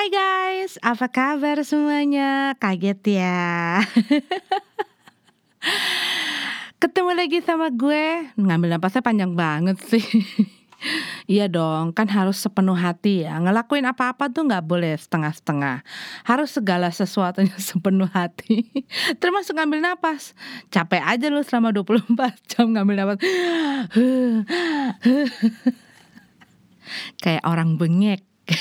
Hai guys, apa kabar semuanya? Kaget ya. Ketemu lagi sama gue. Ngambil napasnya panjang banget sih. Iya dong, kan harus sepenuh hati ya. Ngelakuin apa-apa tuh gak boleh setengah-setengah. Harus segala sesuatunya sepenuh hati. Termasuk ngambil napas. Capek aja lu selama 24 jam ngambil napas. Kayak orang bengek.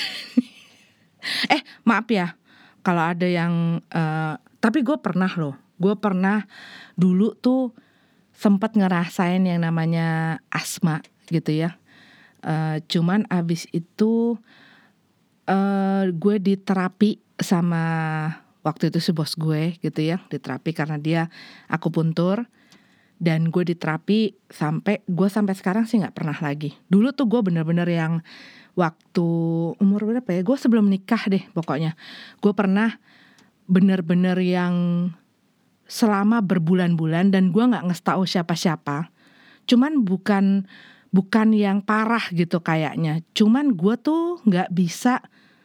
Maaf ya, kalau ada yang tapi gue pernah loh. Gue pernah dulu tuh sempat ngerasain yang namanya asma gitu ya. Cuman abis itu gue diterapi sama waktu itu si bos gue gitu ya. Diterapi karena dia akupuntur. Dan gue diterapi sampai sekarang sih gak pernah lagi. Dulu tuh gue bener-bener yang waktu umur berapa ya, gue sebelum nikah deh pokoknya. Gue pernah bener-bener yang selama berbulan-bulan dan gue gak ngasih tahu siapa-siapa. Cuman bukan yang parah gitu kayaknya. Cuman gue tuh gak bisa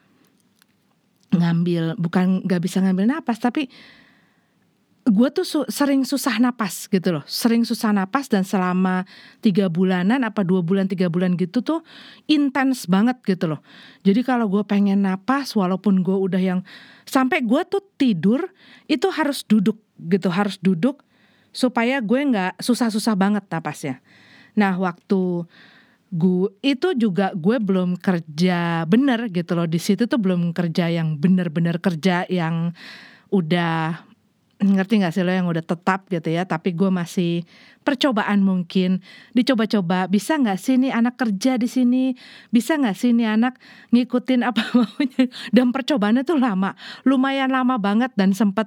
ngambil napas, tapi gue tuh sering susah napas gitu loh. Sering susah napas dan selama 3 bulanan apa 2 bulan 3 bulan gitu tuh intens banget gitu loh. Jadi kalau gue pengen napas walaupun gue udah yang sampai gue tuh tidur itu harus duduk gitu. Harus duduk supaya gue gak susah-susah banget napasnya. Nah waktu gue itu juga gue belum kerja bener gitu loh. Di situ tuh belum kerja yang bener-bener kerja yang udah, ngerti gak sih lo, yang udah tetap gitu ya. Tapi gue masih percobaan, mungkin dicoba-coba, bisa gak sih nih anak kerja di sini, bisa gak sih nih anak ngikutin apa maunya. Dan percobaannya tuh lumayan lama banget. Dan sempet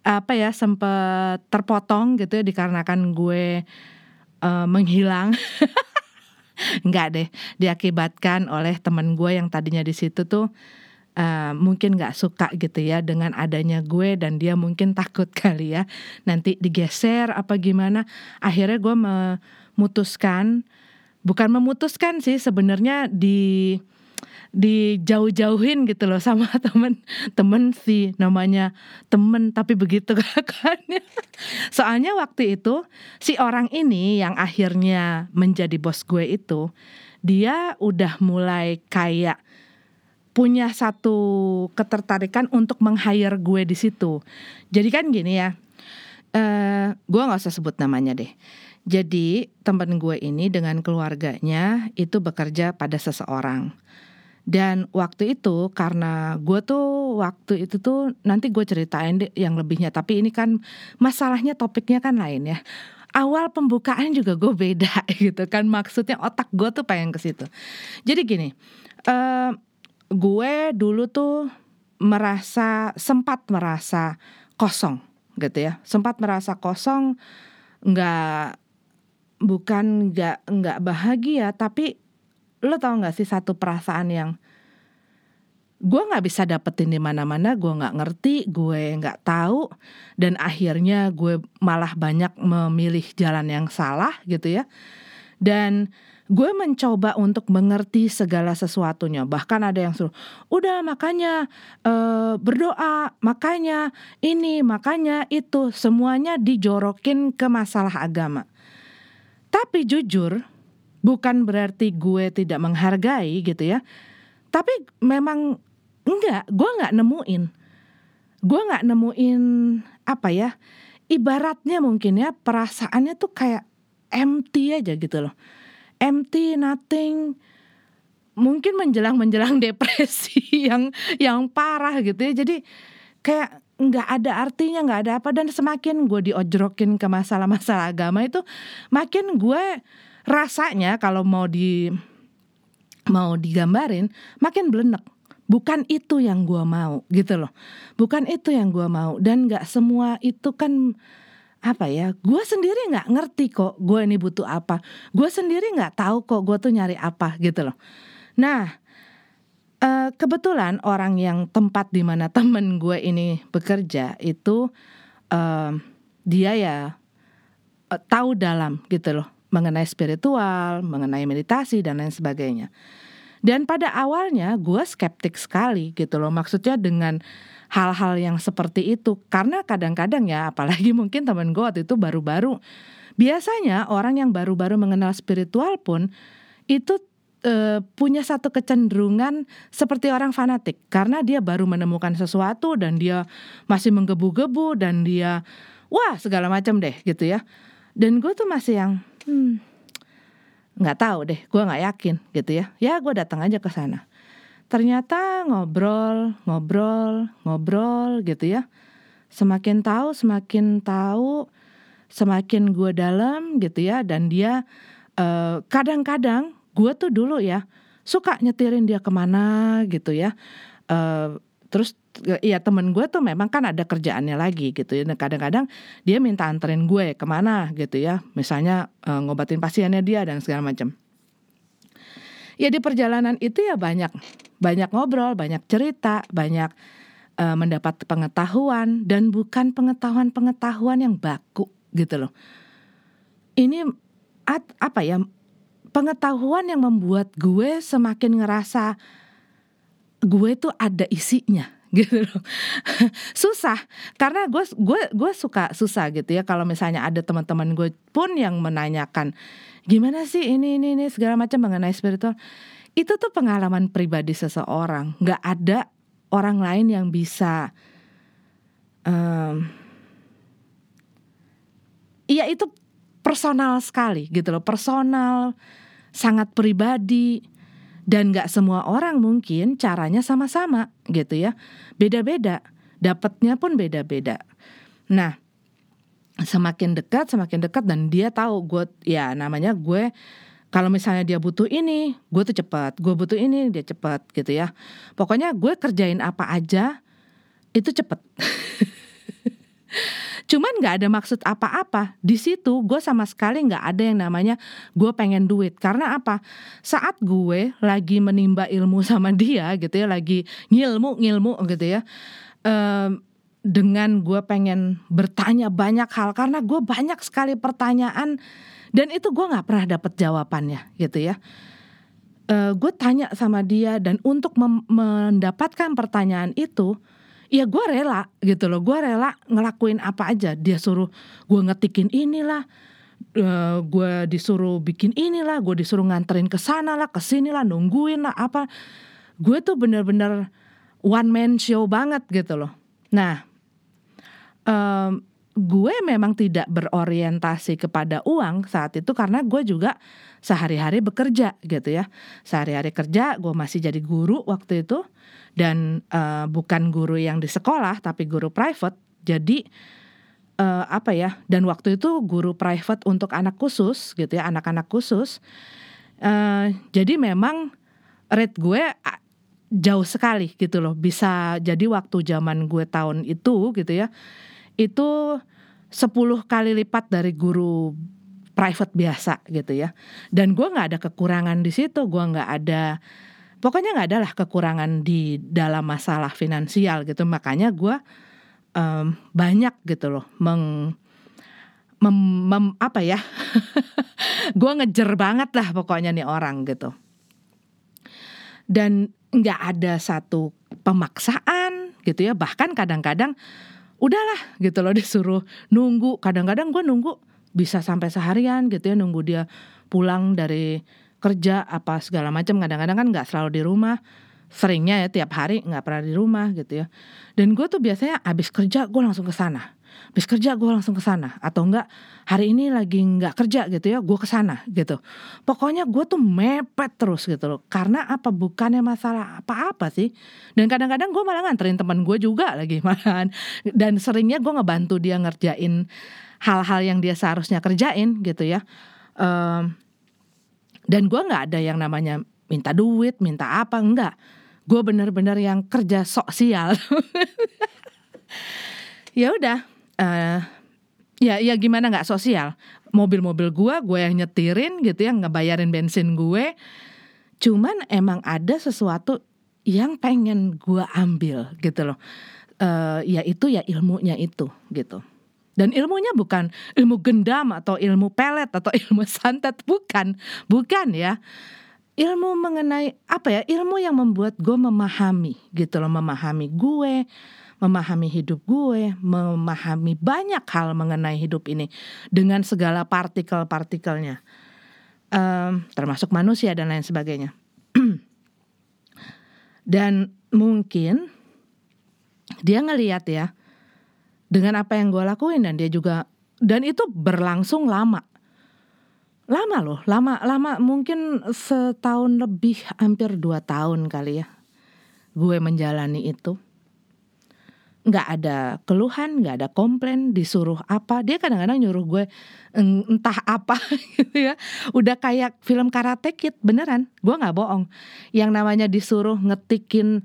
terpotong gitu ya, dikarenakan gue menghilang. Enggak deh, diakibatkan oleh temen gue yang tadinya di situ tuh mungkin gak suka gitu ya dengan adanya gue, dan dia mungkin takut kali ya nanti digeser apa gimana. Akhirnya gue bukan memutuskan sih sebenarnya, dijauh-jauhin gitu loh sama temen sih, namanya temen tapi begitu kan. Soalnya waktu itu si orang ini yang akhirnya menjadi bos gue itu, dia udah mulai kayak punya satu ketertarikan untuk meng-hire gue di situ. Jadi kan gini ya, gue nggak usah sebut namanya deh. Jadi teman gue ini dengan keluarganya itu bekerja pada seseorang. Dan waktu itu karena gue tuh waktu itu tuh nanti gue ceritain deh yang lebihnya. Tapi ini kan masalahnya, topiknya kan lain ya. Awal pembukaan juga gue beda gitu kan, maksudnya otak gue tuh pengen ke situ. Jadi gini. Gue dulu tuh sempat merasa kosong gitu ya. Sempat merasa kosong, bukan nggak bahagia, tapi lo tau nggak sih satu perasaan yang gue nggak bisa dapetin di mana-mana, gue nggak ngerti, gue nggak tahu, dan akhirnya gue malah banyak memilih jalan yang salah gitu ya. Dan gue mencoba untuk mengerti segala sesuatunya. Bahkan ada yang suruh, udah makanya berdoa, makanya ini, makanya itu. Semuanya dijorokin ke masalah agama. Tapi jujur, bukan berarti gue tidak menghargai gitu ya. Tapi memang gue gak nemuin. Gue gak nemuin apa ya, ibaratnya mungkin ya perasaannya tuh kayak empty aja gitu loh. Empty, nothing. Mungkin menjelang depresi yang parah gitu ya. Jadi kayak nggak ada artinya, nggak ada apa. Dan semakin gue diojrokin ke masalah-masalah agama itu, makin gue rasanya kalau mau digambarin makin belenek. Bukan itu yang gue mau gitu loh. Bukan itu yang gue mau. Dan nggak semua itu kan apa ya, gue sendiri gak ngerti kok gue ini butuh apa. Gue sendiri gak tahu kok gue tuh nyari apa gitu loh. Nah kebetulan orang yang tempat dimana temen gue ini bekerja itu dia ya tahu dalam gitu loh mengenai spiritual, mengenai meditasi dan lain sebagainya. Dan pada awalnya gue skeptik sekali gitu loh, maksudnya dengan hal-hal yang seperti itu. Karena kadang-kadang ya, apalagi mungkin temen gue waktu itu baru-baru. Biasanya orang yang baru-baru mengenal spiritual pun itu punya satu kecenderungan seperti orang fanatik. Karena dia baru menemukan sesuatu dan dia masih menggebu-gebu dan dia wah segala macam deh gitu ya. Dan gue tuh masih yang nggak tahu deh, gue nggak yakin gitu ya. Ya gue datang aja ke sana. Ternyata ngobrol gitu ya. Semakin tahu, semakin gue dalam gitu ya. Dan dia kadang-kadang gue tuh dulu ya suka nyetirin dia kemana gitu ya. Terus ya temen gue tuh memang kan ada kerjaannya lagi gitu ya. Nah, kadang-kadang dia minta anterin gue kemana gitu ya. Misalnya ngobatin pasiennya dia dan segala macam. Ya di perjalanan itu ya banyak ngobrol, banyak cerita, banyak mendapat pengetahuan. Dan bukan pengetahuan yang baku gitu loh. Ini apa ya, pengetahuan yang membuat gue semakin ngerasa gue tuh ada isinya gitu loh. Susah karena gue suka susah gitu ya kalau misalnya ada teman-teman gue pun yang menanyakan gimana sih ini segala macam mengenai spiritual. Itu tuh pengalaman pribadi seseorang, nggak ada orang lain yang bisa ya itu personal sekali gitu loh, personal, sangat pribadi. Dan gak semua orang mungkin caranya sama-sama gitu ya. Beda-beda, dapatnya pun beda-beda. Nah, semakin dekat dan dia tahu gue, ya namanya gue, kalau misalnya dia butuh ini, gue tuh cepat. Gue butuh ini, dia cepat gitu ya. Pokoknya gue kerjain apa aja, itu cepat. Cuman nggak ada maksud apa-apa di situ. Gue sama sekali nggak ada yang namanya gue pengen duit. Karena apa? Saat gue lagi menimba ilmu sama dia gitu ya, lagi ngilmu gitu ya, dengan gue pengen bertanya banyak hal karena gue banyak sekali pertanyaan dan itu gue nggak pernah dapet jawabannya gitu ya. Gue tanya sama dia dan untuk mendapatkan pertanyaan itu, ya gue rela gitu loh, gue rela ngelakuin apa aja. Dia suruh gue ngetikin inilah, gue disuruh bikin inilah, gue disuruh nganterin ke sana lah, ke sini lah, nungguin lah apa. Gue tuh bener-bener one man show banget gitu loh. Nah, gue memang tidak berorientasi kepada uang saat itu karena gue juga sehari-hari bekerja gitu ya. Sehari-hari kerja, gue masih jadi guru waktu itu. Dan bukan guru yang di sekolah tapi guru private. Jadi dan waktu itu guru private untuk anak khusus gitu ya, anak-anak khusus. Jadi memang rate gue jauh sekali gitu loh. Bisa jadi waktu zaman gue tahun itu gitu ya, itu 10 kali lipat dari guru private biasa gitu ya. Dan gue gak ada kekurangan di situ, gue gak ada, pokoknya gak ada lah kekurangan di dalam masalah finansial gitu. Makanya gue banyak gitu loh gue ngejer banget lah pokoknya nih orang gitu. Dan gak ada satu pemaksaan gitu ya. Bahkan kadang-kadang udahlah gitu loh disuruh nunggu. Kadang-kadang gue nunggu bisa sampai seharian gitu ya, nunggu dia pulang dari kerja apa segala macam. Kadang-kadang kan gak selalu di rumah, seringnya ya tiap hari gak pernah di rumah gitu ya. Dan gue tuh biasanya abis kerja gue langsung ke sana. Habis kerja gue langsung ke sana, atau enggak hari ini lagi enggak kerja gitu ya, gue ke sana gitu. Pokoknya gue tuh mepet terus gitu loh. Karena apa? Bukannya masalah apa-apa sih. Dan kadang-kadang gue malah nganterin teman gue juga lagi malahan. Dan seringnya gue ngebantu dia ngerjain hal-hal yang dia seharusnya kerjain gitu ya. Dan gue nggak ada yang namanya minta duit, minta apa, enggak. Gue benar-benar yang kerja sosial. Ya udah. Ya gimana nggak sosial, mobil-mobil gue yang nyetirin gitu ya, ngebayarin bensin gue. Cuman emang ada sesuatu yang pengen gue ambil gitu loh, yaitu ya ilmunya itu gitu. Dan ilmunya bukan ilmu gendam atau ilmu pelet atau ilmu santet, bukan ya. ilmu mengenai ilmu yang membuat gue memahami gitu loh, memahami gue, memahami hidup gue, memahami banyak hal mengenai hidup ini dengan segala partikel-partikelnya, termasuk manusia dan lain sebagainya. Dan mungkin dia ngelihat ya dengan apa yang gue lakuin, dan itu berlangsung lama mungkin setahun lebih, hampir 2 tahun kali ya gue menjalani itu. Nggak ada keluhan, nggak ada komplain, disuruh apa dia kadang-kadang nyuruh gue entah apa gitu ya, udah kayak film Karate Kid beneran, gue nggak bohong. Yang namanya disuruh ngetikin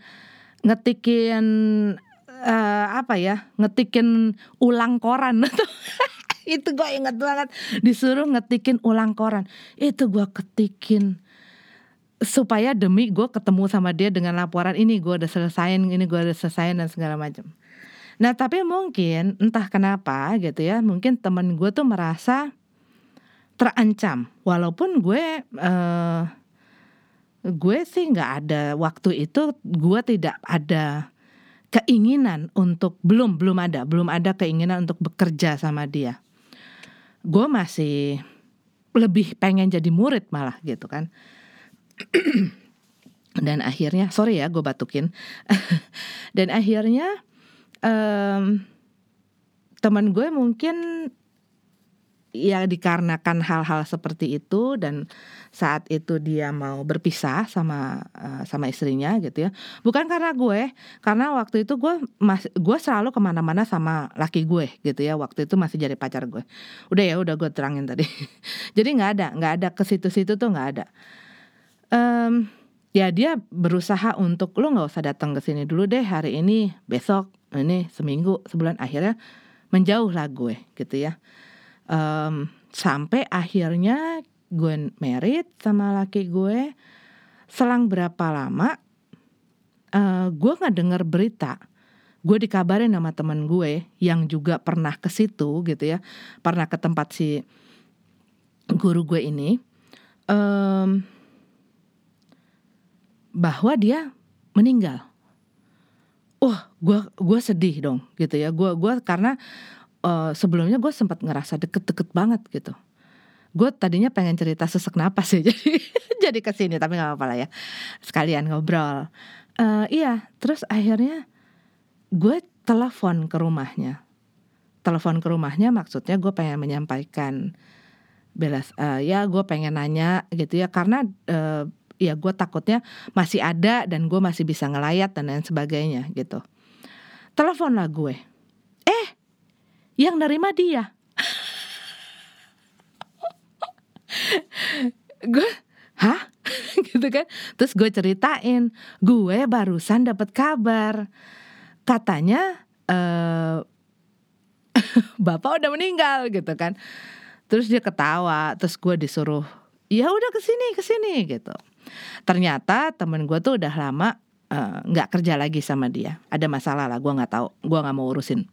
ngetikin ulang koran itu gue inget banget, disuruh ngetikin ulang koran, itu gue ketikin supaya demi gue ketemu sama dia dengan laporan ini gue udah selesaiin, dan segala macam. Nah tapi mungkin entah kenapa gitu ya, mungkin temen gue tuh merasa terancam, walaupun gue sih nggak ada waktu itu, gue tidak ada keinginan untuk belum ada keinginan untuk bekerja sama dia. Gue masih lebih pengen jadi murid malah gitu kan. Dan akhirnya, sorry ya gue batukin. Dan akhirnya teman gue mungkin ya dikarenakan hal-hal seperti itu, dan saat itu dia mau berpisah sama istrinya gitu ya. Bukan karena gue, karena waktu itu gue selalu kemana-mana sama laki gue gitu ya. Waktu itu masih jadi pacar gue. Udah gue terangin tadi. Jadi nggak ada ke situ-situ tuh nggak ada. Ya dia berusaha untuk lu nggak usah datang ke sini dulu deh hari ini, besok, ini seminggu, sebulan, akhirnya menjauh lah gue gitu ya. Sampai akhirnya gue married sama laki gue. Selang berapa lama gue nggak dengar berita, gue dikabarin sama teman gue yang juga pernah ke situ gitu ya, pernah ke tempat si guru gue ini, bahwa dia meninggal. Gue sedih dong gitu ya. Gue karena sebelumnya gue sempat ngerasa deket banget gitu. Gue tadinya pengen cerita sesak napas ya, jadi kesini, tapi nggak apa-apa lah ya, sekalian ngobrol. Iya, terus akhirnya gue telepon ke rumahnya. Maksudnya gue pengen menyampaikan ya gue pengen nanya gitu ya, karena ya gue takutnya masih ada dan gue masih bisa ngelayat dan lain sebagainya gitu. Telepon lah gue, yang nerima dia. Gue, hah? Gitu kan. Terus gue ceritain, gue barusan dapat kabar, katanya bapak udah meninggal gitu kan. Terus dia ketawa, terus gue disuruh, ya udah kesini gitu. Ternyata temen gue tuh udah lama nggak kerja lagi sama dia, ada masalah lah, gue nggak tahu, gue nggak mau urusin.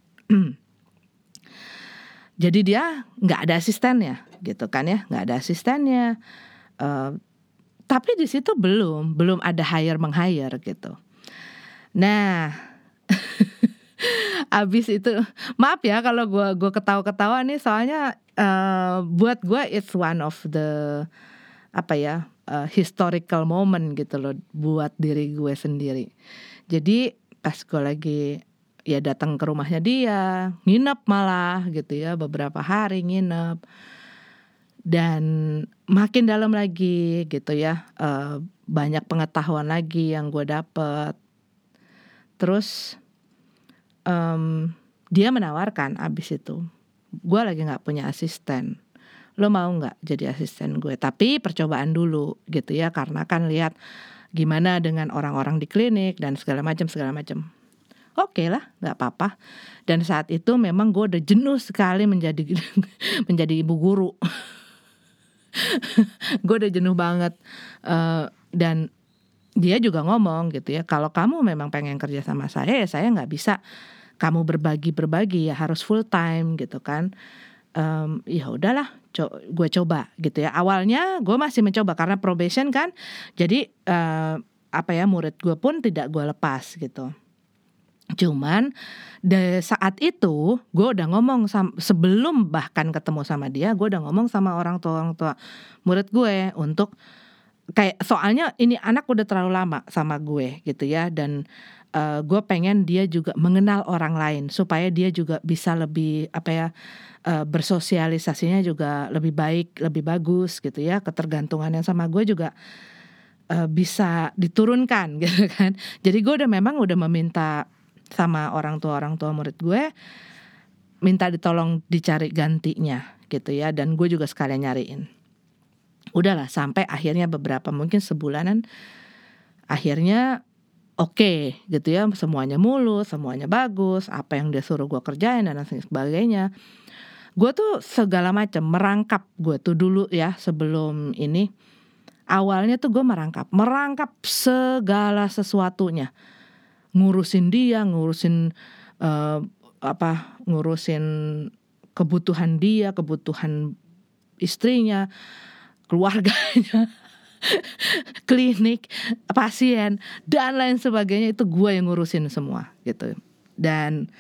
Jadi dia nggak ada asistennya gitu kan ya, nggak ada asistennya. Tapi di situ belum ada hire gitu. Nah, abis itu maaf ya kalau gue ketawa-ketawa nih, soalnya buat gue it's one of the historical moment gitu loh buat diri gue sendiri. Jadi pas gue lagi ya datang ke rumahnya dia, nginep malah gitu ya, beberapa hari nginep, dan makin dalam lagi gitu ya, banyak pengetahuan lagi yang gue dapet. Terus dia menawarkan abis itu, gue lagi nggak punya asisten, lo mau nggak jadi asisten gue, tapi percobaan dulu gitu ya, karena kan lihat gimana dengan orang-orang di klinik dan segala macam. Oke lah, nggak apa-apa. Dan saat itu memang gue udah jenuh sekali menjadi ibu guru. Gue udah jenuh banget, dan dia juga ngomong gitu ya, kalau kamu memang pengen kerja sama saya nggak bisa kamu berbagi ya, harus full time gitu kan. Ya udahlah, gue coba gitu ya. Awalnya gue masih mencoba karena probation kan, jadi murid gue pun tidak gue lepas gitu. Cuman saat itu gue udah ngomong sebelum bahkan ketemu sama dia, gue udah ngomong sama orang tua murid gue untuk kayak, soalnya ini anak udah terlalu lama sama gue gitu ya, dan gue pengen dia juga mengenal orang lain supaya dia juga bisa lebih bersosialisasinya juga lebih baik, lebih bagus gitu ya, ketergantungannya sama gue juga bisa diturunkan gitu kan. Jadi gue memang udah meminta sama orang tua murid gue, minta ditolong dicari gantinya gitu ya, dan gue juga sekalian nyariin. Udahlah sampai akhirnya beberapa mungkin sebulanan, akhirnya oke gitu ya, semuanya mulus, semuanya bagus, apa yang dia suruh gue kerjain dan sebagainya. Gue tuh segala macam merangkap, gue tuh dulu ya sebelum ini, awalnya tuh gue merangkap segala sesuatunya, ngurusin dia, ngurusin kebutuhan dia, kebutuhan istrinya, keluarganya, klinik, pasien dan lain sebagainya, itu gue yang ngurusin semua gitu. Dan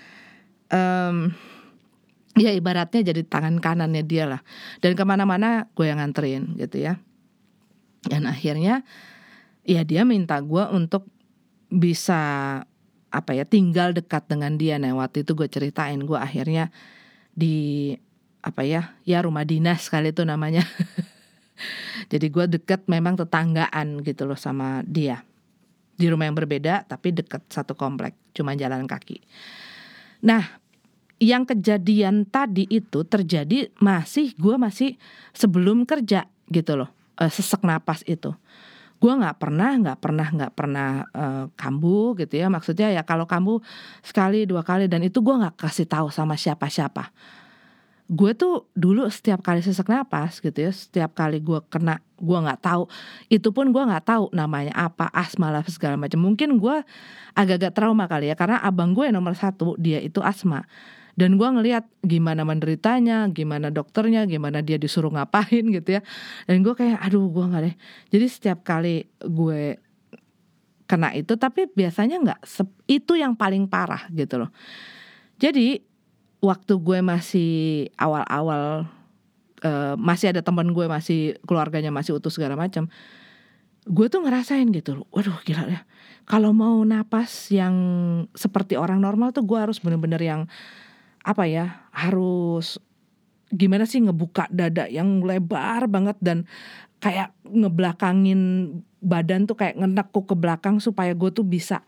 ya ibaratnya jadi tangan kanannya dia lah, dan kemana-mana gue yang nganterin gitu ya. Dan akhirnya ya dia minta gue untuk bisa tinggal dekat dengan dia. Nah waktu itu gue ceritain, gue akhirnya di rumah dinas kali itu namanya. Jadi gue deket, memang tetanggaan gitu loh sama dia, di rumah yang berbeda tapi deket satu komplek, cuma jalan kaki. Nah yang kejadian tadi itu terjadi gue masih sebelum kerja gitu loh. Sesak napas itu gue nggak pernah kambuh gitu ya. Maksudnya ya kalau kambuh sekali 2 kali, dan itu gue nggak kasih tahu sama siapa-siapa. Gue tuh dulu setiap kali sesak napas gitu ya, setiap kali gue kena, gue nggak tahu, itu pun gue nggak tahu namanya apa, asma lah segala macam. Mungkin gue agak-agak trauma kali ya, karena abang gue yang nomor 1 dia itu asma. Dan gue ngelihat gimana menderitanya, gimana dokternya, gimana dia disuruh ngapain gitu ya. Dan gue kayak aduh gue gak deh. Jadi setiap kali gue kena itu, tapi biasanya gak itu yang paling parah gitu loh. Jadi waktu gue masih awal-awal, masih ada teman gue, masih keluarganya masih utuh segala macam, gue tuh ngerasain gitu loh, waduh gila ya. Kalau mau napas yang seperti orang normal tuh gue harus bener-bener yang harus gimana sih, ngebuka dada yang lebar banget dan kayak ngebelakangin badan tuh, kayak ngenekuk ke belakang supaya gue tuh bisa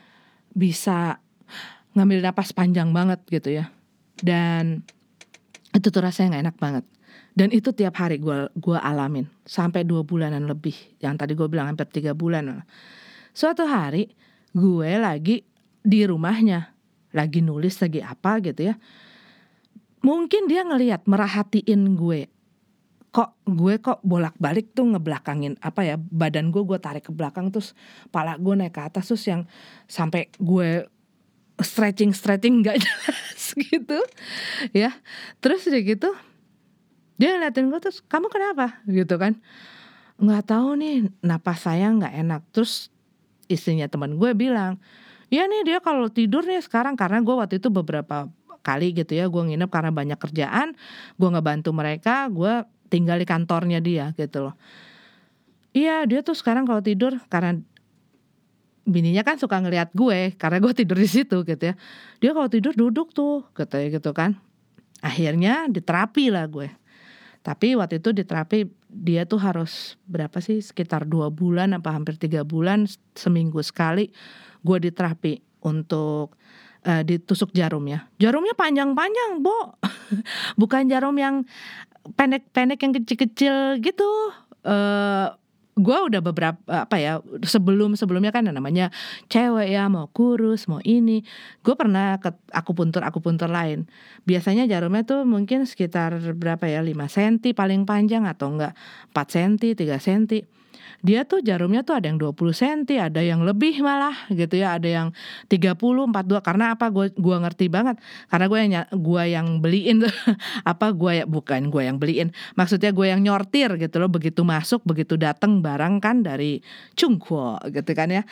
ngambil napas panjang banget gitu ya. Dan itu tuh rasanya gak enak banget. Dan itu tiap hari gue alamin sampai 2 bulanan lebih. Yang tadi gue bilang hampir 3 bulan. Suatu hari gue lagi di rumahnya, lagi nulis, lagi apa gitu ya. Mungkin dia ngelihat, merhatiin gue. Gue kok bolak-balik tuh ngebelakangin badan gue tarik ke belakang, terus pala gue naik ke atas, terus yang sampai gue stretching gak jelas gitu ya. Terus udah gitu dia ngeliatin gue, terus kamu kenapa gitu kan. Gak tahu nih, napas saya gak enak. Terus istrinya teman gue bilang, ya nih dia kalau tidur nih sekarang, karena gue waktu itu beberapa kali gitu ya, gue nginep karena banyak kerjaan, gue ngebantu mereka, gue tinggal di kantornya dia gitu loh. Iya dia tuh sekarang kalau tidur, karena bininya kan suka ngeliat gue karena gue tidur di situ gitu ya, dia kalau tidur duduk tuh katanya gitu kan. Akhirnya diterapi lah gue. Tapi waktu itu diterapi dia tuh harus berapa sih, sekitar 2 bulan apa hampir 3 bulan, seminggu sekali gue diterapi untuk ditusuk jarumnya. Jarumnya panjang-panjang, Bo. Bukan jarum yang pendek-pendek yang kecil-kecil gitu. Gue udah beberapa sebelumnya kan namanya cewek ya, mau kurus mau ini, gue pernah ke akupuntur lain. Biasanya jarumnya tuh mungkin sekitar berapa ya, 5 cm paling panjang, atau enggak 4 cm 3 cm. Dia tuh jarumnya tuh ada yang 20 senti, ada yang lebih malah gitu ya, ada yang 30, 42. Karena apa? Gua ngerti banget. Karena gua yang beliin tuh bukan gua yang beliin. Maksudnya gua yang nyortir gitu loh, begitu masuk, begitu datang barang kan dari Chungquo gitu kan ya.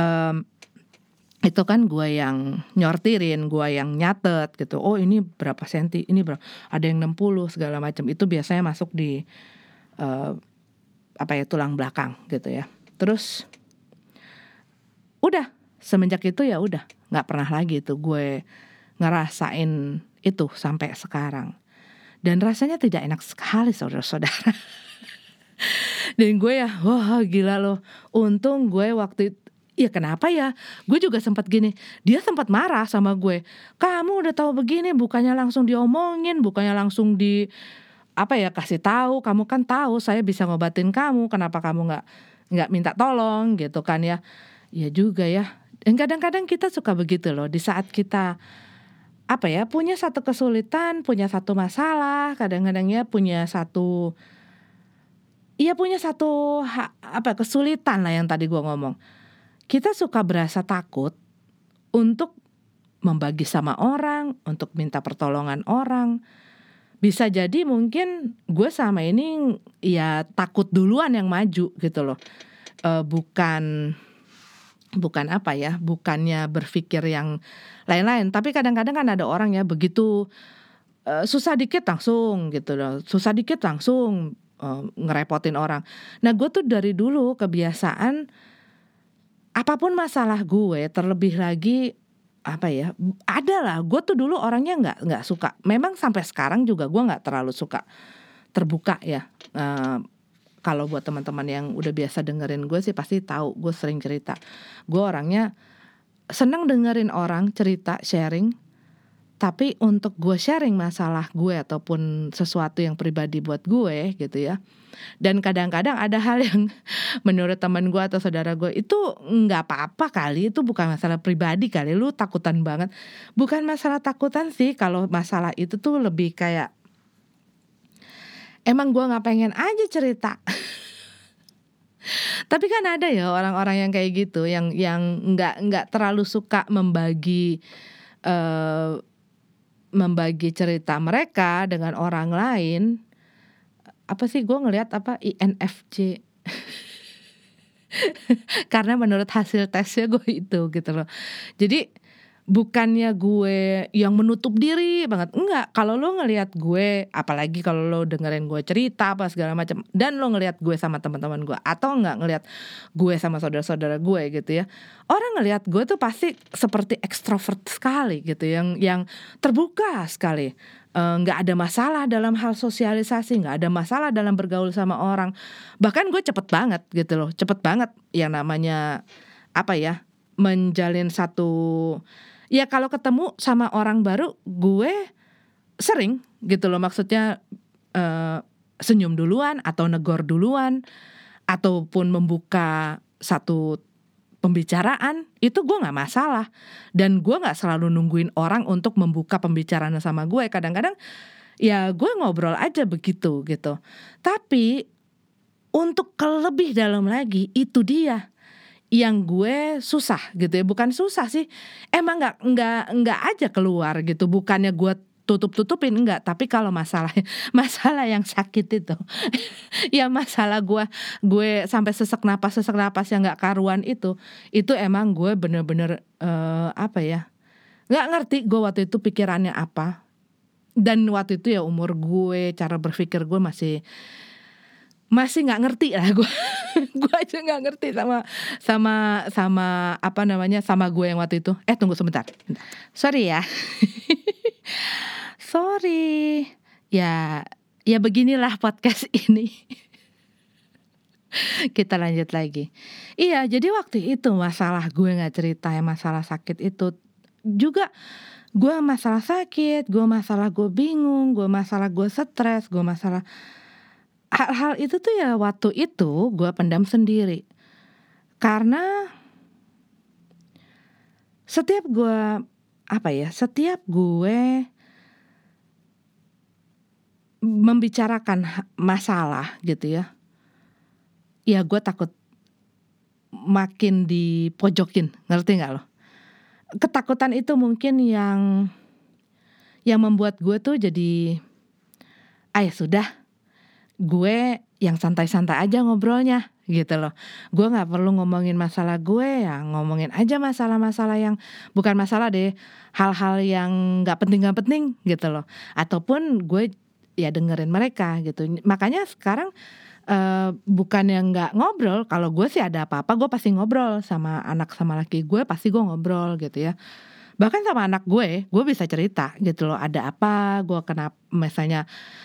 Itu kan gua yang nyortirin, gua yang nyatet gitu. Oh, ini berapa senti, ini berapa. Ada yang 60 segala macam. Itu biasanya masuk di tulang belakang gitu ya. Terus udah semenjak itu ya udah nggak pernah lagi tuh gue ngerasain itu sampai sekarang. Dan rasanya tidak enak sekali saudara-saudara. Dan gue ya wah gila loh. Untung gue waktu itu, ya kenapa ya? Gue juga sempat gini. Dia sempat marah sama gue. Kamu udah tahu begini, bukannya langsung diomongin, bukannya langsung kasih tahu. Kamu kan tahu saya bisa ngobatin kamu, kenapa kamu nggak minta tolong gitu kan ya. Ya juga ya. Dan kadang-kadang kita suka begitu loh, di saat kita punya satu kesulitan, punya satu masalah, kadang-kadang ya punya satu kesulitan lah yang tadi gua ngomong. Kita suka berasa takut untuk membagi sama orang, untuk minta pertolongan orang. Bisa jadi mungkin gue sama ini ya takut duluan yang maju gitu loh. Bukannya berpikir yang lain-lain. Tapi kadang-kadang kan ada orang ya begitu susah dikit langsung gitu loh. Susah dikit langsung ngerepotin orang. Nah gue tuh dari dulu kebiasaan apapun masalah gue, terlebih lagi adalah gue tuh dulu orangnya nggak suka. Memang sampai sekarang juga gue nggak terlalu suka terbuka ya. Kalau buat teman-teman yang udah biasa dengerin gue sih pasti tahu gue sering cerita. Gue orangnya senang dengerin orang cerita, sharing. Tapi untuk gue sharing masalah gue ataupun sesuatu yang pribadi buat gue gitu ya. Dan kadang-kadang ada hal yang menurut teman gue atau saudara gue itu nggak apa-apa kali, itu bukan masalah pribadi kali, lu takutan banget. Bukan masalah takutan sih, kalau masalah itu tuh lebih kayak emang gue nggak pengen aja cerita. Tapi kan ada ya orang-orang yang kayak gitu, yang nggak terlalu suka membagi cerita mereka dengan orang lain. Gue ngelihat INFJ. Karena menurut hasil tesnya gue itu gitu loh. Jadi bukannya gue yang menutup diri banget, enggak. Kalau lo ngelihat gue, apalagi kalau lo dengerin gue cerita apa segala macam, dan lo ngelihat gue sama teman-teman gue, atau enggak ngelihat gue sama saudara-saudara gue gitu ya, orang ngelihat gue tuh pasti seperti ekstrovert sekali gitu, yang terbuka sekali. Nggak ada masalah dalam hal sosialisasi, nggak ada masalah dalam bergaul sama orang. Bahkan gue cepet banget gitu loh, cepet banget yang namanya menjalin satu. Ya kalau ketemu sama orang baru gue sering gitu loh, maksudnya senyum duluan atau negor duluan ataupun membuka satu pembicaraan, itu gue gak masalah. Dan gue gak selalu nungguin orang untuk membuka pembicaraan sama gue. Kadang-kadang ya gue ngobrol aja begitu gitu. Tapi untuk lebih dalam lagi, itu dia yang gue susah gitu ya. Bukan susah sih, emang nggak aja keluar gitu. Bukannya gue tutup-tutupin, enggak. Tapi kalau masalah yang sakit itu ya masalah gue sampai sesak napas yang nggak karuan itu emang gue bener-bener nggak ngerti gue waktu itu pikirannya apa. Dan waktu itu ya umur gue, cara berpikir gue masih nggak ngerti lah gue. Gue aja nggak ngerti sama sama gue yang waktu itu. Tunggu sebentar. Sorry ya. Sorry. Ya beginilah podcast ini. Kita lanjut lagi. Iya, jadi waktu itu masalah gue nggak cerita ya, masalah sakit itu juga. Gue masalah sakit, gue masalah gue bingung, gue masalah gue stres, gue masalah hal-hal itu tuh ya waktu itu gue pendam sendiri. Karena setiap gue membicarakan masalah gitu ya, ya gue takut makin dipojokin, ngerti gak lo? Ketakutan itu mungkin yang membuat gue tuh jadi ya sudah, gue yang santai-santai aja ngobrolnya gitu loh. Gue gak perlu ngomongin masalah gue, ya ngomongin aja masalah-masalah yang bukan masalah deh, hal-hal yang gak penting gitu loh. Ataupun gue ya dengerin mereka gitu. Makanya sekarang bukan yang gak ngobrol. Kalau gue sih ada apa-apa gue pasti ngobrol sama anak sama laki gue, pasti gue ngobrol gitu ya. Bahkan sama anak gue bisa cerita gitu loh. Ada apa, gue kenapa misalnya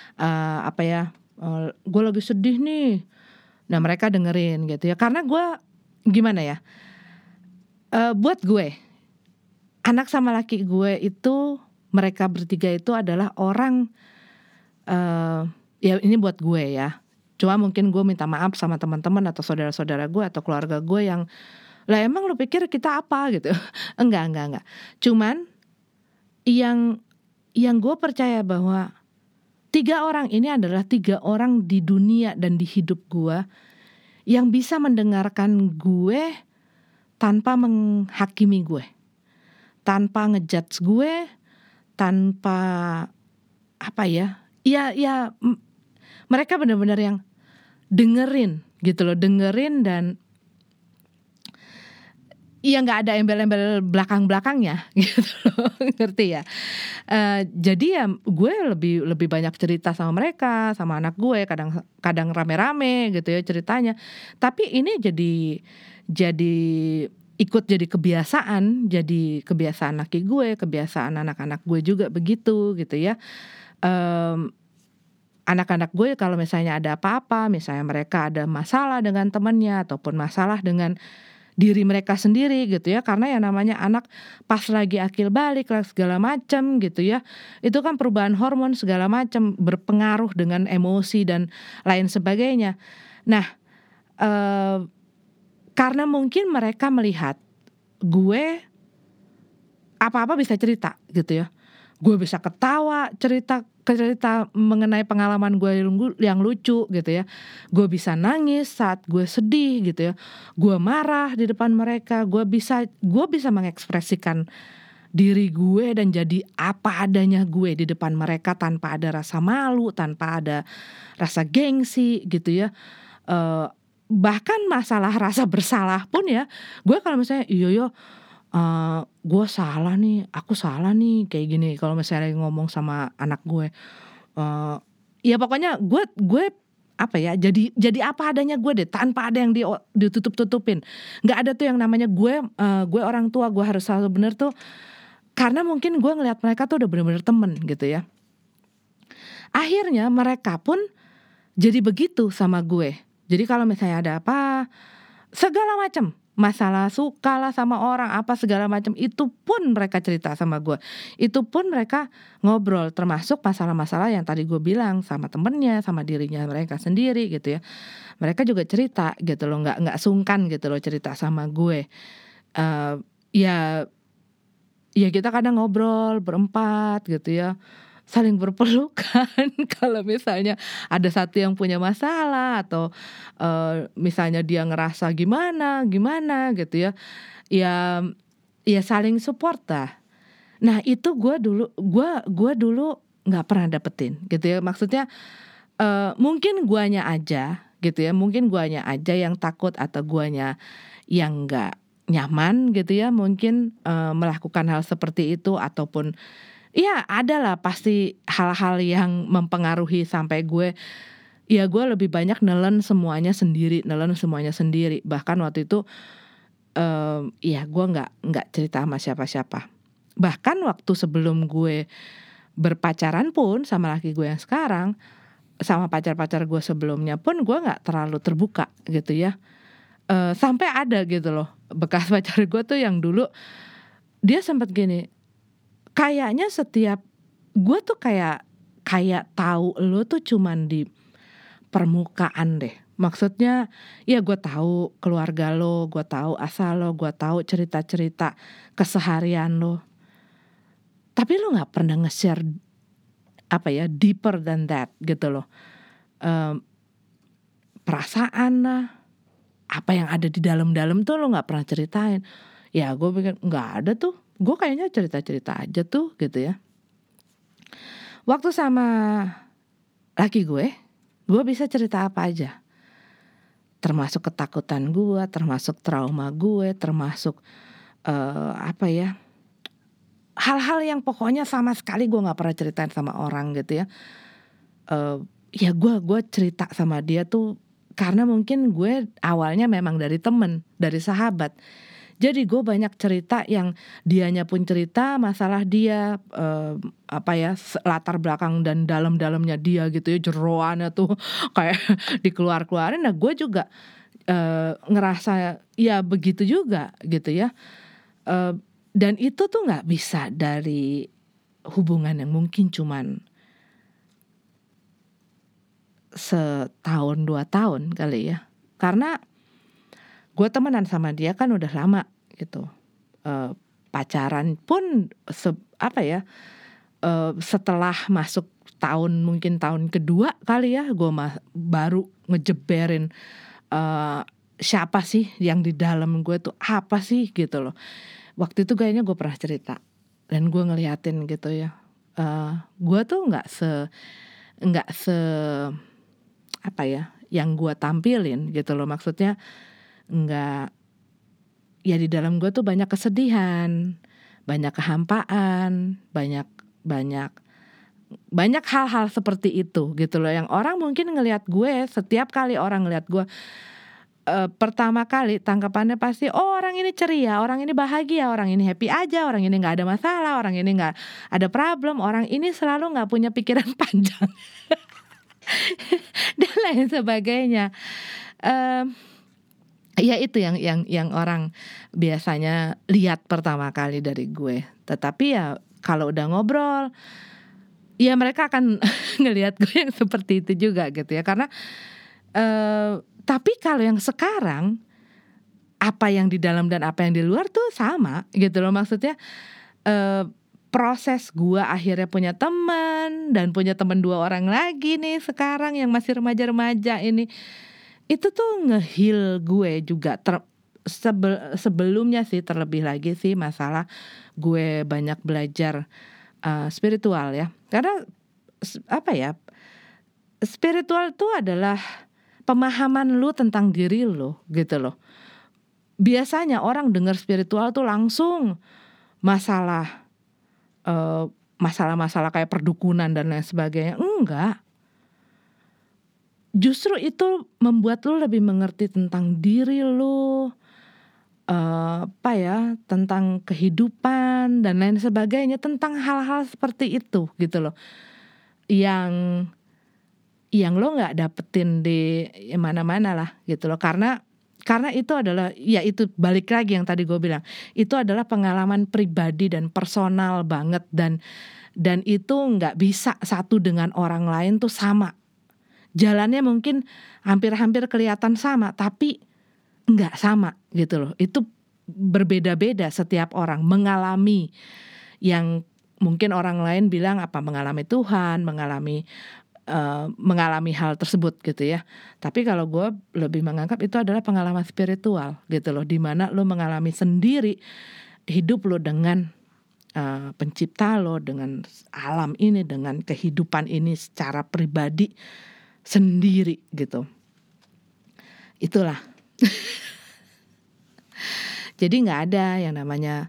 gue lagi sedih nih. Nah mereka dengerin gitu ya. Karena gue gimana ya, buat gue anak sama laki gue itu, mereka bertiga itu adalah orang, ya ini buat gue ya. Cuma mungkin gue minta maaf sama teman-teman atau saudara-saudara gue atau keluarga gue yang, lah emang lu pikir kita apa gitu. Enggak. Cuman yang gue percaya bahwa 3 orang ini adalah 3 orang di dunia dan di hidup gue yang bisa mendengarkan gue tanpa menghakimi gue, tanpa ngejudge gue, tanpa mereka benar-benar yang dengerin gitu loh, dengerin dan ya nggak ada embel-embel belakang-belakangnya gitu loh, ngerti ya. Jadi ya gue lebih banyak cerita sama mereka, sama anak gue, kadang rame-rame gitu ya ceritanya. Tapi ini jadi ikut jadi kebiasaan laki gue, kebiasaan anak-anak gue juga begitu gitu ya. Anak-anak gue kalau misalnya ada apa-apa, misalnya mereka ada masalah dengan temannya ataupun masalah dengan diri mereka sendiri gitu ya, karena yang namanya anak pas lagi akil balik lah segala macam gitu ya, itu kan perubahan hormon segala macam berpengaruh dengan emosi dan lain sebagainya. Nah karena mungkin mereka melihat gue apa-apa bisa cerita gitu ya, gue bisa ketawa cerita mengenai pengalaman gue yang lucu gitu ya. Gue bisa nangis saat gue sedih gitu ya. Gue marah di depan mereka. Gue bisa mengekspresikan diri gue dan jadi apa adanya gue di depan mereka tanpa ada rasa malu, tanpa ada rasa gengsi gitu ya. Bahkan masalah rasa bersalah pun ya, gue kalau misalnya gue salah nih, aku salah nih kayak gini. Kalau misalnya ngomong sama anak gue, ya pokoknya gue jadi apa adanya gue deh, tanpa ada yang ditutup-tutupin. Nggak ada tuh yang namanya gue orang tua gue harus selalu bener tuh, karena mungkin gue ngelihat mereka tuh udah bener-bener temen gitu ya. Akhirnya mereka pun jadi begitu sama gue. Jadi kalau misalnya ada apa, segala macam masalah, suka lah sama orang apa segala macam, itu pun mereka cerita sama gue, itu pun mereka ngobrol, termasuk masalah-masalah yang tadi gue bilang sama temennya, sama dirinya mereka sendiri gitu ya. Mereka juga cerita gitu loh, nggak sungkan gitu loh cerita sama gue. Ya kita kadang ngobrol berempat gitu ya, saling berpelukan kalau misalnya ada satu yang punya masalah atau misalnya dia ngerasa gimana gitu ya. Ya saling support lah. Nah, itu gue dulu nggak pernah dapetin gitu ya. Maksudnya mungkin guanya aja gitu ya. Mungkin guanya aja yang takut atau guanya yang nggak nyaman gitu ya. Mungkin melakukan hal seperti itu ataupun iya adalah pasti hal-hal yang mempengaruhi sampai gue lebih banyak nelen semuanya sendiri. Bahkan waktu itu gue nggak cerita sama siapa-siapa. Bahkan waktu sebelum gue berpacaran pun sama laki gue yang sekarang, sama pacar-pacar gue sebelumnya pun gue nggak terlalu terbuka gitu ya. Sampai ada gitu loh bekas pacar gue tuh yang dulu dia sempat gini, kayaknya setiap gue tuh kayak tahu lo tuh cuman di permukaan deh. Maksudnya ya gue tahu keluarga lo, gue tahu asal lo, gue tahu cerita-cerita keseharian lo. Tapi lo nggak pernah nge-share deeper than that gitu loh. Perasaan lah, apa yang ada di dalam-dalam tuh lo nggak pernah ceritain. Ya gue pikir nggak ada tuh, gue kayaknya cerita-cerita aja tuh gitu ya. Waktu sama laki gue bisa cerita apa aja, termasuk ketakutan gue, termasuk trauma gue, termasuk apa ya, hal-hal yang pokoknya sama sekali gue nggak pernah ceritain sama orang gitu ya. Ya gue cerita sama dia tuh karena mungkin gue awalnya memang dari temen, dari sahabat. Jadi gue banyak cerita yang dianya pun cerita masalah dia, apa ya, latar belakang dan dalam-dalamnya dia gitu ya, jeroannya tuh kayak dikeluar-keluarin. Nah gue juga ngerasa ya begitu juga gitu ya. Dan itu tuh nggak bisa dari hubungan yang mungkin cuman setahun 2 tahun kali ya. Karena gue temenan sama dia kan udah lama gitu. Pacaran pun setelah masuk mungkin tahun kedua kali ya, gue baru ngejeberin siapa sih yang di dalam gue tuh apa sih gitu loh. Waktu itu kayaknya gue pernah cerita dan gue ngeliatin gitu ya. Gue tuh nggak se apa ya yang gue tampilin gitu loh, maksudnya nggak, ya di dalam gue tuh banyak kesedihan, banyak kehampaan, banyak hal-hal seperti itu gitu loh, yang orang mungkin ngelihat gue, setiap kali orang ngelihat gue pertama kali tangkapannya pasti orang ini ceria, orang ini bahagia, orang ini happy aja, orang ini nggak ada masalah, orang ini nggak ada problem, orang ini selalu nggak punya pikiran panjang dan lain sebagainya. Ya itu yang orang biasanya lihat pertama kali dari gue. Tetapi ya kalau udah ngobrol, ya mereka akan ngelihat gue yang seperti itu juga gitu ya. Karena tapi kalau yang sekarang, apa yang di dalam dan apa yang di luar tuh sama gitu loh, maksudnya proses gue akhirnya punya teman dan punya teman 2 orang lagi nih sekarang yang masih remaja-remaja ini, itu tuh nge-heal gue juga sebelumnya sih, terlebih lagi sih masalah gue banyak belajar spiritual ya. Karena apa ya, spiritual itu adalah pemahaman lu tentang diri lu gitu loh. Biasanya orang dengar spiritual tuh langsung masalah-masalah kayak perdukunan dan lain sebagainya. Enggak. Justru itu membuat lu lebih mengerti tentang diri lu, tentang kehidupan dan lain sebagainya, tentang hal-hal seperti itu gitu loh. Yang lo nggak dapetin di mana-mana lah gitu loh, karena itu adalah, ya itu balik lagi yang tadi gue bilang, itu adalah pengalaman pribadi dan personal banget, dan itu nggak bisa satu dengan orang lain tuh sama. Jalannya mungkin hampir-hampir kelihatan sama, tapi nggak sama gitu loh. Itu berbeda-beda, setiap orang mengalami yang mungkin orang lain bilang mengalami Tuhan, mengalami hal tersebut gitu ya. Tapi kalau gue lebih menganggap itu adalah pengalaman spiritual gitu loh, dimana lo mengalami sendiri hidup lo dengan pencipta lo, dengan alam ini, dengan kehidupan ini secara pribadi sendiri gitu. Itulah. Jadi nggak ada yang namanya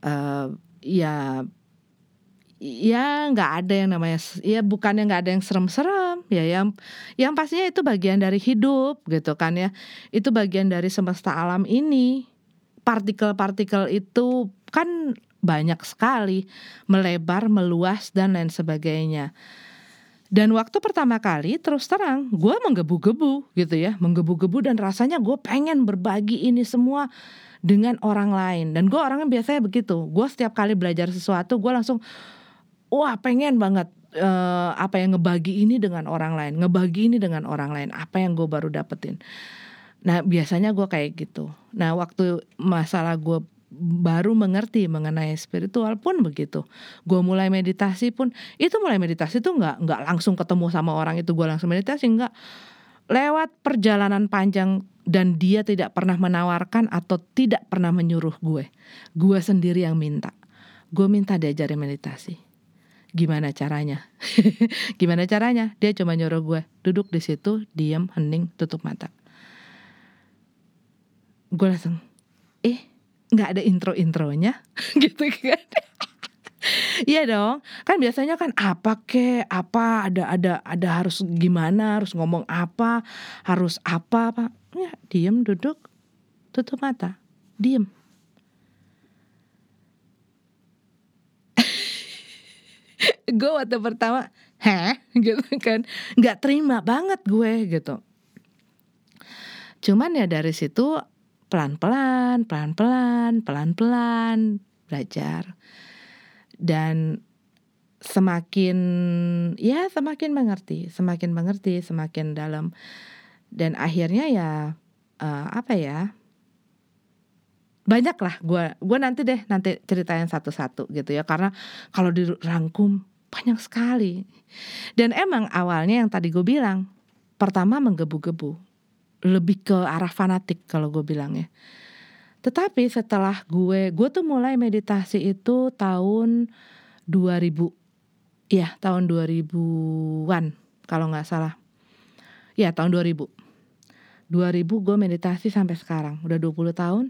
ya nggak ada yang namanya, ya bukannya nggak ada yang serem-serem ya, yang pastinya itu bagian dari hidup gitu kan ya, itu bagian dari semesta alam ini. Partikel-partikel itu kan banyak sekali, melebar, meluas dan lain sebagainya. Dan waktu pertama kali terus terang gue menggebu-gebu gitu ya, menggebu-gebu dan rasanya gue pengen berbagi ini semua dengan orang lain. Dan gue orangnya biasanya begitu, gue setiap kali belajar sesuatu gue langsung pengen banget ngebagi ini dengan orang lain, apa yang gue baru dapetin. Nah biasanya gue kayak gitu. Nah waktu masalah gue baru mengerti mengenai spiritual pun begitu. Gue mulai meditasi pun, meditasi tuh nggak langsung ketemu sama orang itu gue langsung meditasi, nggak. Lewat perjalanan panjang Dan dia tidak pernah menawarkan atau tidak pernah menyuruh gue. Gue sendiri yang minta. Gue minta diajarin meditasi. Gimana caranya? Gimana caranya? Dia cuma nyuruh gue duduk di situ, diam, hening, tutup mata. Gue langsung, nggak ada intro-intronya, gitu kan? Iya dong, kan biasanya kan apa ada harus gimana, harus ngomong apa, harus apa. Ya, diem, duduk, tutup mata, diem. Gue waktu pertama, gitu kan, nggak terima banget gue gitu. Cuman ya dari situ pelan-pelan belajar. Dan semakin mengerti, semakin dalam. Dan akhirnya ya banyak lah gue nanti ceritain satu-satu gitu ya, karena kalau dirangkum banyak sekali. Dan emang awalnya yang tadi gue bilang, pertama menggebu-gebu, lebih ke arah fanatik kalau gue bilang ya. Tetapi setelah gue tuh mulai meditasi itu tahun 2000. Ya, tahun 2000-an kalau gak salah. Ya, tahun 2000 gue meditasi sampai sekarang. Udah 20 tahun.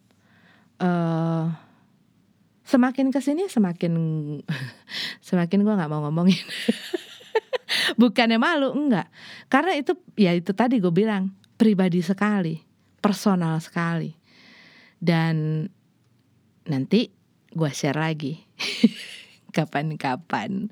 Semakin kesini semakin gue gak mau ngomongin. Bukannya malu, enggak. Karena itu tadi gue bilang, pribadi sekali, personal sekali. Dan nanti gue share lagi kapan-kapan.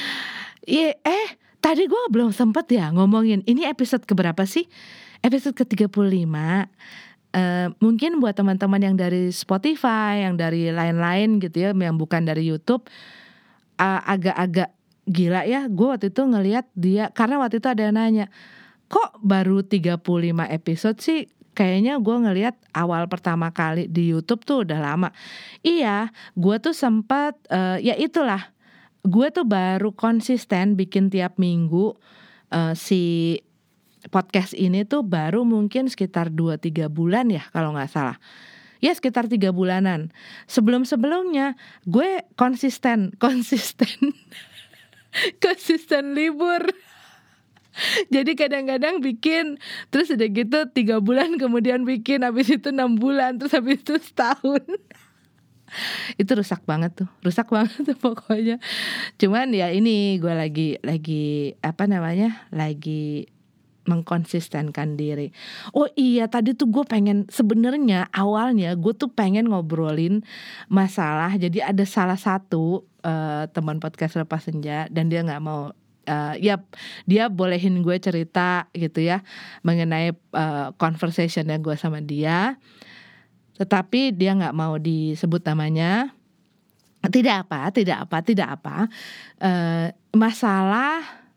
Tadi gue belum sempet ya ngomongin, ini episode keberapa sih? Episode ke-35. Mungkin buat teman-teman yang dari Spotify, yang dari lain-lain gitu ya, yang bukan dari YouTube, agak-agak gila ya. Gue waktu itu ngelihat dia, karena waktu itu ada yang nanya, kok baru 35 episode sih? Kayaknya gue ngelihat awal pertama kali di YouTube tuh udah lama. Iya, gue tuh sempat itulah, gue tuh baru konsisten bikin tiap minggu. Si podcast ini tuh baru mungkin sekitar 2-3 bulan ya kalau gak salah. Ya sekitar 3 bulanan. Sebelum-sebelumnya gue konsisten libur. Jadi kadang-kadang bikin, terus udah gitu 3 bulan kemudian bikin, habis itu 6 bulan, terus habis itu setahun. Itu rusak banget tuh pokoknya. Cuman ya ini gue lagi mengkonsistenkan diri. Oh iya, tadi tuh gue pengen, sebenarnya awalnya gue tuh pengen ngobrolin masalah. Jadi ada salah satu teman podcast Lepas Senja, dan dia nggak mau. Dia bolehin gue cerita gitu ya mengenai conversation yang gue sama dia, tetapi dia nggak mau disebut namanya. Tidak apa. Masalah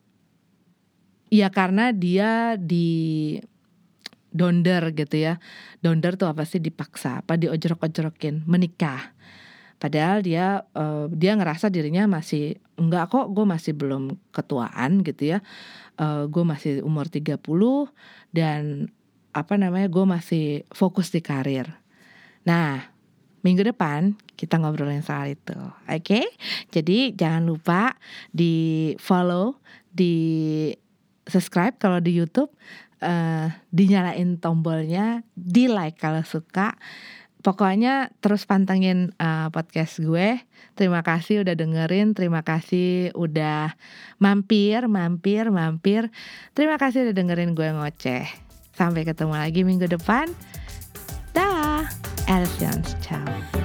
ya karena dia di donder gitu ya. Donder tuh apa sih? Dipaksa, diojrok-ojrokin menikah. Padahal dia ngerasa dirinya masih enggak kok, gue masih belum ketuaan gitu ya. Gue masih umur 30 dan gue masih fokus di karir. Nah, minggu depan kita ngobrolin soal itu. Oke? Jadi jangan lupa di follow, di subscribe kalau di YouTube, dinyalain tombolnya, di like kalau suka. Pokoknya terus pantengin podcast gue. Terima kasih udah dengerin, terima kasih udah mampir. Terima kasih udah dengerin gue ngoceh. Sampai ketemu lagi minggu depan. Dah, Elsians, ciao.